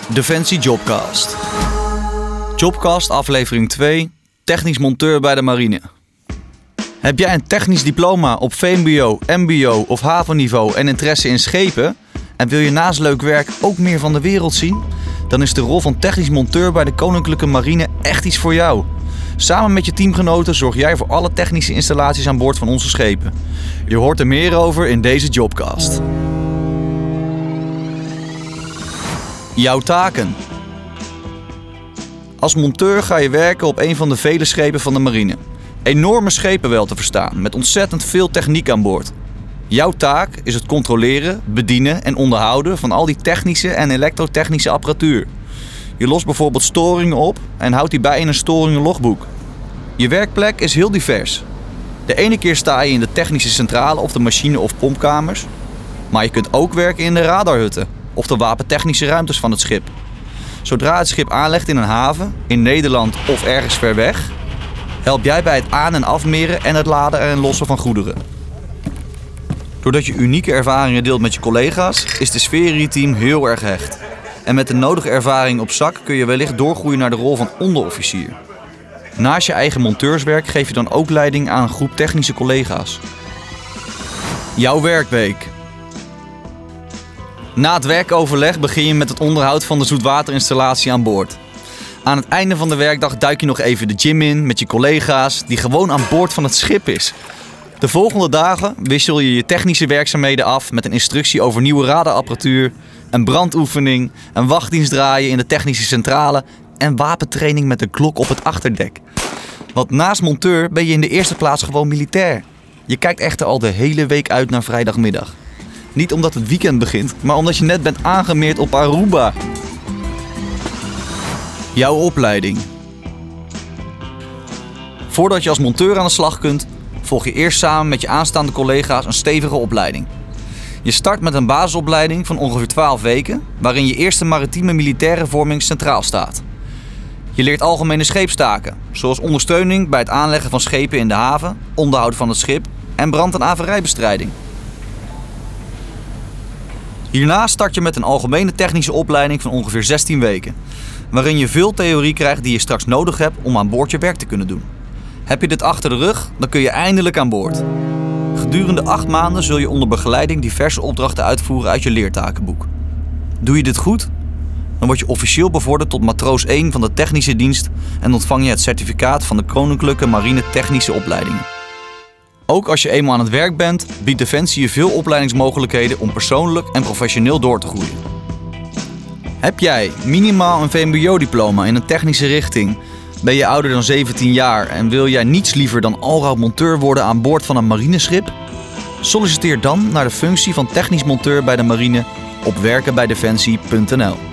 Defensie Jobcast. Jobcast aflevering 2. Technisch monteur bij de marine. Heb jij een technisch diploma op VMBO, MBO of HAVO-niveau en interesse in schepen? En wil je naast leuk werk ook meer van de wereld zien? Dan is de rol van technisch monteur bij de Koninklijke Marine echt iets voor jou. Samen met je teamgenoten zorg jij voor alle technische installaties aan boord van onze schepen. Je hoort er meer over in deze Jobcast. Jouw taken. Als monteur ga je werken op een van de vele schepen van de marine. Enorme schepen wel te verstaan, met ontzettend veel techniek aan boord. Jouw taak is het controleren, bedienen en onderhouden van al die technische en elektrotechnische apparatuur. Je lost bijvoorbeeld storingen op en houdt die bij in een storingenlogboek. Je werkplek is heel divers. De ene keer sta je in de technische centrale of de machine- of pompkamers. Maar je kunt ook werken in de radarhutten of de wapentechnische ruimtes van het schip. Zodra het schip aanlegt in een haven, in Nederland of ergens ver weg, help jij bij het aan- en afmeren en het laden en lossen van goederen. Doordat je unieke ervaringen deelt met je collega's, is de sfeer in je team heel erg hecht. En met de nodige ervaring op zak kun je wellicht doorgroeien naar de rol van onderofficier. Naast je eigen monteurswerk geef je dan ook leiding aan een groep technische collega's. Jouw werkweek. Na het werkoverleg begin je met het onderhoud van de zoetwaterinstallatie aan boord. Aan het einde van de werkdag duik je nog even de gym in met je collega's die gewoon aan boord van het schip is. De volgende dagen wissel je je technische werkzaamheden af met een instructie over nieuwe radarapparatuur, een brandoefening, een wachtdienst draaien in de technische centrale en wapentraining met de klok op het achterdek. Want naast monteur ben je in de eerste plaats gewoon militair. Je kijkt echter al de hele week uit naar vrijdagmiddag. Niet omdat het weekend begint, maar omdat je net bent aangemeerd op Aruba. Jouw opleiding. Voordat je als monteur aan de slag kunt, volg je eerst samen met je aanstaande collega's een stevige opleiding. Je start met een basisopleiding van ongeveer 12 weken, waarin je eerste maritieme militaire vorming centraal staat. Je leert algemene scheepstaken, zoals ondersteuning bij het aanleggen van schepen in de haven, onderhoud van het schip en brand- en avarijbestrijding. Hierna start je met een algemene technische opleiding van ongeveer 16 weken, waarin je veel theorie krijgt die je straks nodig hebt om aan boord je werk te kunnen doen. Heb je dit achter de rug, dan kun je eindelijk aan boord. Gedurende 8 maanden zul je onder begeleiding diverse opdrachten uitvoeren uit je leertakenboek. Doe je dit goed? Dan word je officieel bevorderd tot matroos 1 van de technische dienst en ontvang je het certificaat van de Koninklijke Marine Technische Opleidingen. Ook als je eenmaal aan het werk bent, biedt Defensie je veel opleidingsmogelijkheden om persoonlijk en professioneel door te groeien. Heb jij minimaal een VMBO-diploma in een technische richting? Ben je ouder dan 17 jaar en wil jij niets liever dan allround monteur worden aan boord van een marineschip? Solliciteer dan naar de functie van technisch monteur bij de marine op werkenbijdefensie.nl.